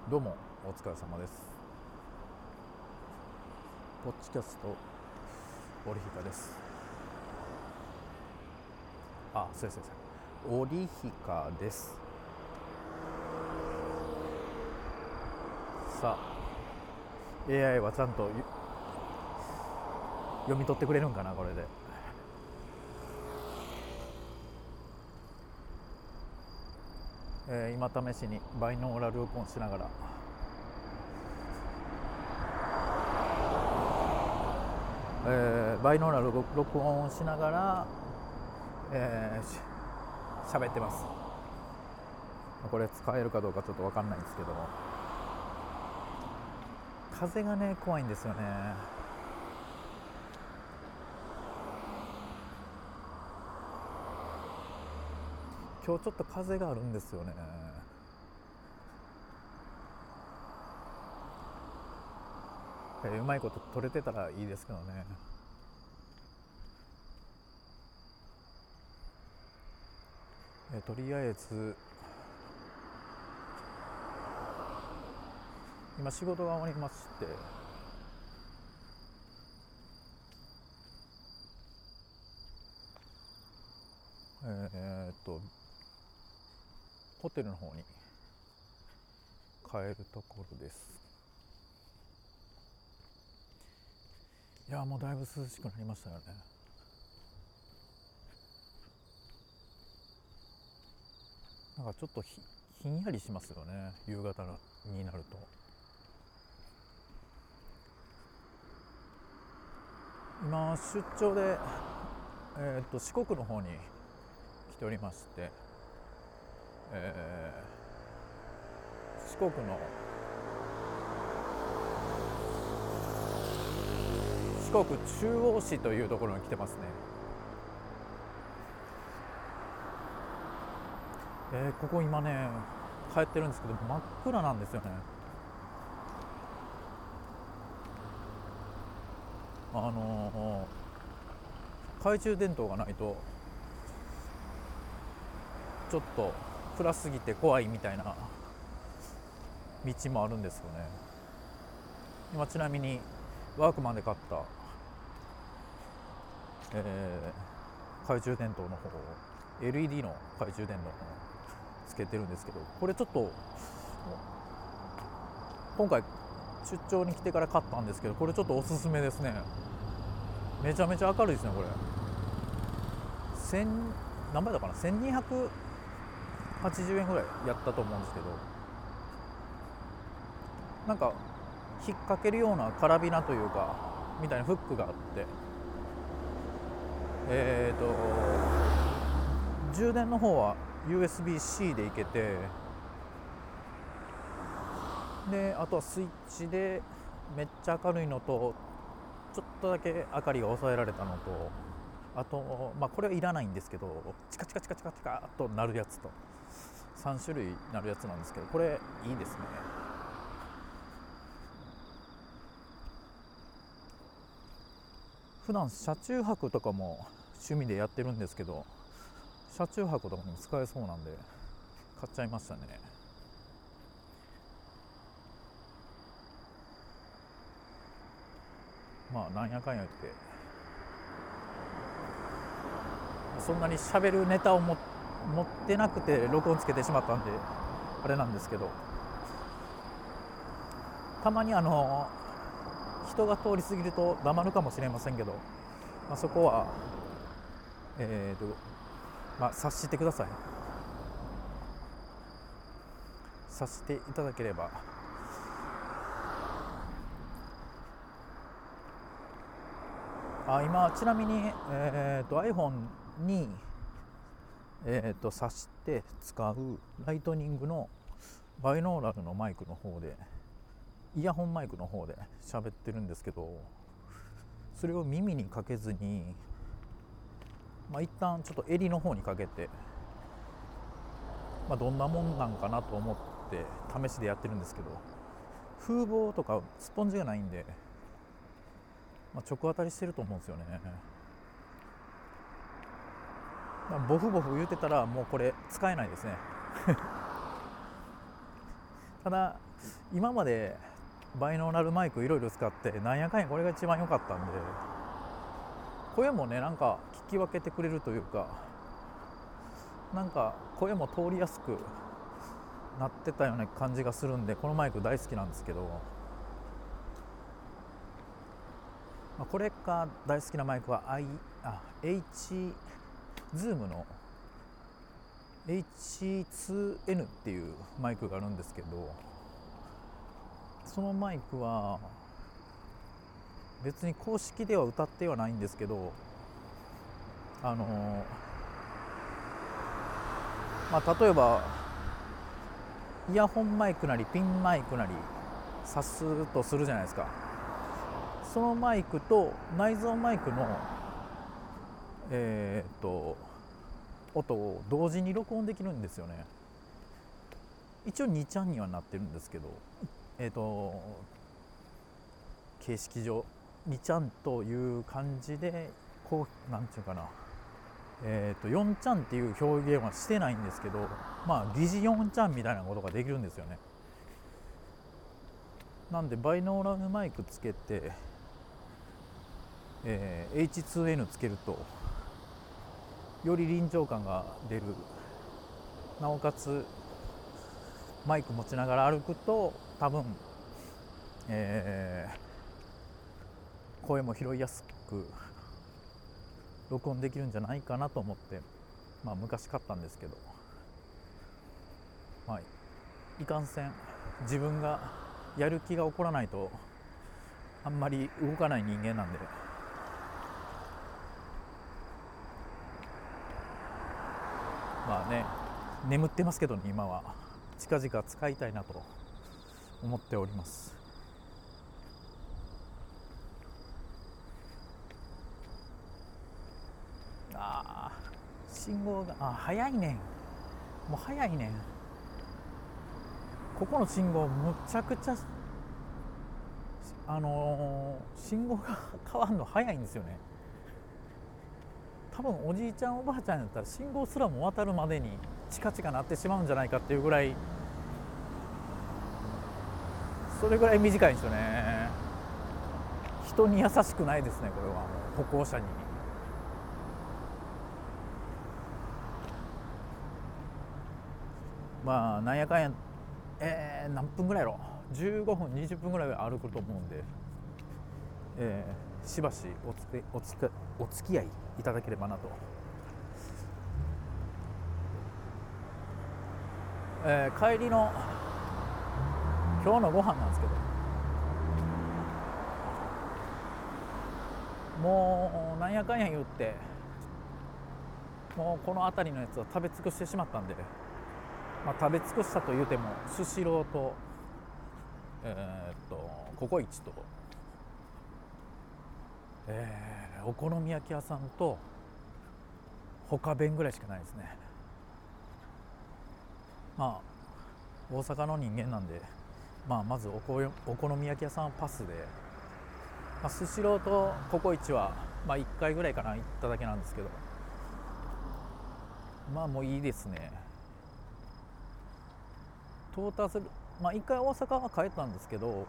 どうもお疲れ様です。ポッドキャストオリヒカです。そうです。オリヒカです。さあ AI はちゃんと読み取ってくれるんかな、これで。今試しにバイノーラル録音しながら、バイノーラル録音しながら、喋ってます。これ使えるかどうかちょっと分かんないんですけど、風がね怖いんですよね。今日ちょっと風があるんですよね。うまいこと取れてたらいいですけどね。とりあえず今仕事が終わりまして、ホテルの方に帰るところです。いやもうだいぶ涼しくなりましたよね。なんかちょっとひんやりしますよね、夕方になると。今出張で、四国の方に来ておりまして、四国の四国中央市というところに来てますね。ここ今ね帰ってるんですけど真っ暗なんですよね。懐中電灯がないとちょっと暗すぎて怖いみたいな道もあるんですよね。今ちなみにワークマンで買った、懐中電灯の方 LED の懐中電灯をつけてるんですけど、これちょっと今回出張に来てから買ったんですけど、これちょっとおすすめですね。めちゃめちゃ明るいですね。これ何倍だかな、1280円ぐらいやったと思うんですけど、なんか引っ掛けるようなカラビナというかみたいなフックがあって、充電の方は USB-C でいけて、であとはスイッチでめっちゃ明るいのと、ちょっとだけ明かりが抑えられたのと、あと、これはいらないんですけど、チカチカチカチカチカっとなるやつと3種類なるやつなんですけど、これいいですね。普段車中泊とかも趣味でやってるんですけど、車中泊とかにも使えそうなんで買っちゃいましたね。なんやかんや言ってそんなに喋るネタを持ってなくて録音つけてしまったんであれなんですけど、たまに人が通り過ぎると黙るかもしれませんけど、そこは察してください。察していただければ。今ちなみに、iPhone に、挿して使うライトニングのバイノーラルのマイクの方で、イヤホンマイクの方で喋ってるんですけど、それを耳にかけずに、一旦ちょっと襟の方にかけて、どんなもんなんかなと思って試しでやってるんですけど、風防とかスポンジがないんで、直当たりしてると思うんですよね。ボフボフ言うてたらもうこれ使えないですね。 ただ今までバイノーラルマイクいろいろ使ってなんやかんやこれが一番良かったんで、声もねなんか聞き分けてくれるというか、なんか声も通りやすくなってたような感じがするんで、このマイク大好きなんですけど、これが大好きなマイクはZoom の H2N っていうマイクがあるんですけど、そのマイクは別に公式では歌ってはないんですけど、例えばイヤホンマイクなりピンマイクなり挿すとするじゃないですか。そのマイクと内蔵マイクの音を同時に録音できるんですよね。一応2ちゃんにはなってるんですけど、形式上2ちゃんという感じで、こうなんていうかな、4ちゃんっていう表現はしてないんですけど、疑似4ちゃんみたいなことができるんですよね。なんでバイノーラルマイクつけて、H2N つけるとより臨場感が出る。なおかつマイク持ちながら歩くと多分、声も拾いやすく録音できるんじゃないかなと思って、昔買ったんですけど、いかんせん自分がやる気が起こらないとあんまり動かない人間なんで、眠ってますけどね、今は近々使いたいなと思っております。信号が早いねん、もう早いねん。ここの信号むちゃくちゃ信号が変わるの早いんですよね。多分おじいちゃんおばあちゃんやったら信号すらも渡るまでにチカチカなってしまうんじゃないかっていうぐらい、それぐらい短いんですよね。人に優しくないですね、これは。歩行者に。なんやかんや、何分ぐらいやろ、15分20分ぐらい歩くと思うんで、しばしお付き合いいただければなと。帰りの今日のご飯なんですけど、もうなんやかんや言ってもうこの辺りのやつは食べ尽くしてしまったんで、食べ尽くしたというてもスシローとココイチと、お好み焼き屋さんと他弁ぐらいしかないですね。大阪の人間なんで、まずお好み焼き屋さんはパスで、スシローとココイチは1回ぐらいかな行っただけなんですけど、もういいですね。トータルする、1回大阪は帰ったんですけど、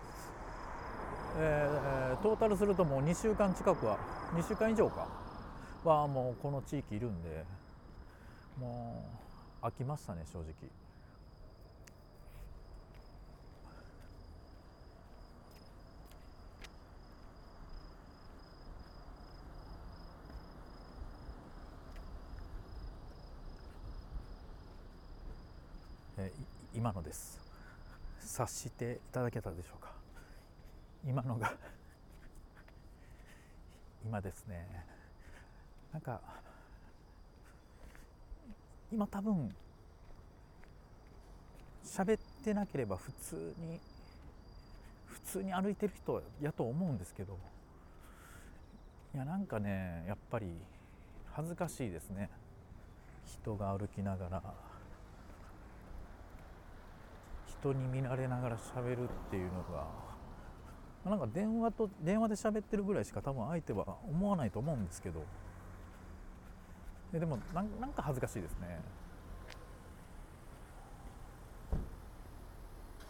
トータルするともう2週間近くは、2週間以上かはもうこの地域いるんで、もう飽きましたね、正直。今のです。察していただけたでしょうか。今のが今ですね。なんか今多分喋ってなければ普通に歩いてる人やと思うんですけど、いやなんかね、やっぱり恥ずかしいですね。人が歩きながら、人に見られながら喋るっていうのが、なんか電話で喋ってるぐらいしか多分相手は思わないと思うんですけど、でもなんか恥ずかしいですね。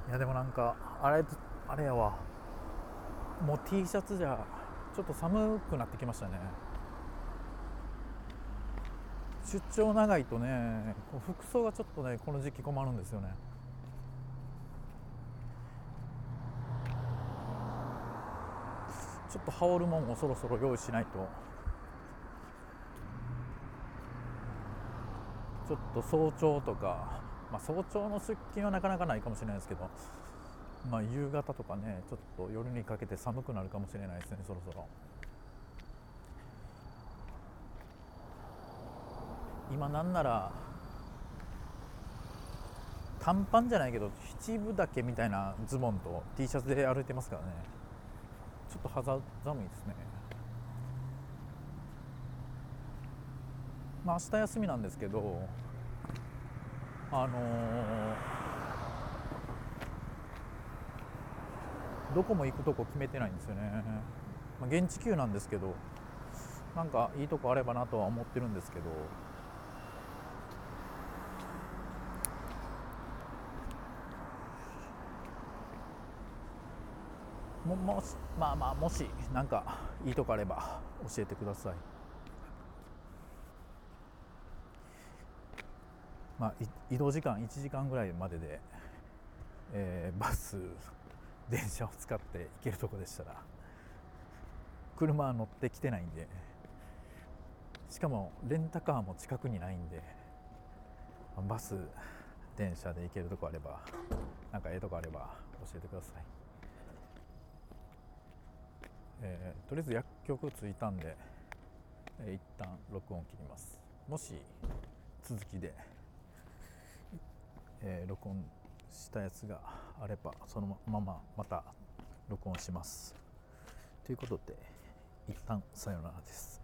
いやでもなんかあれやわ、もう T シャツじゃちょっと寒くなってきましたね。出張長いとね、服装がちょっとねこの時期困るんですよね。ちょっと羽織るもんをそろそろ用意しないと。ちょっと早朝とか、早朝の出勤はなかなかないかもしれないですけど、夕方とかね、ちょっと夜にかけて寒くなるかもしれないですね、そろそろ。今なんなら短パンじゃないけど七分丈みたいなズボンと T シャツで歩いてますからね。ちょっと肌寒いですね。明日休みなんですけど、あのどこも行くとこ決めてないんですよね。現地給なんですけど、なんかいいとこあればなとは思ってるんですけど、もしなんかいいとこあれば教えてください。移動時間1時間ぐらいまでで、バス電車を使って行けるとこでしたら。車は乗ってきてないんで、しかもレンタカーも近くにないんで、バス電車で行けるとこあれば、なんかええとこあれば教えてください。とりあえず薬局着いたんで、一旦録音切ります。もし続きで、録音したやつがあればそのまままた録音します。ということで一旦さよならです。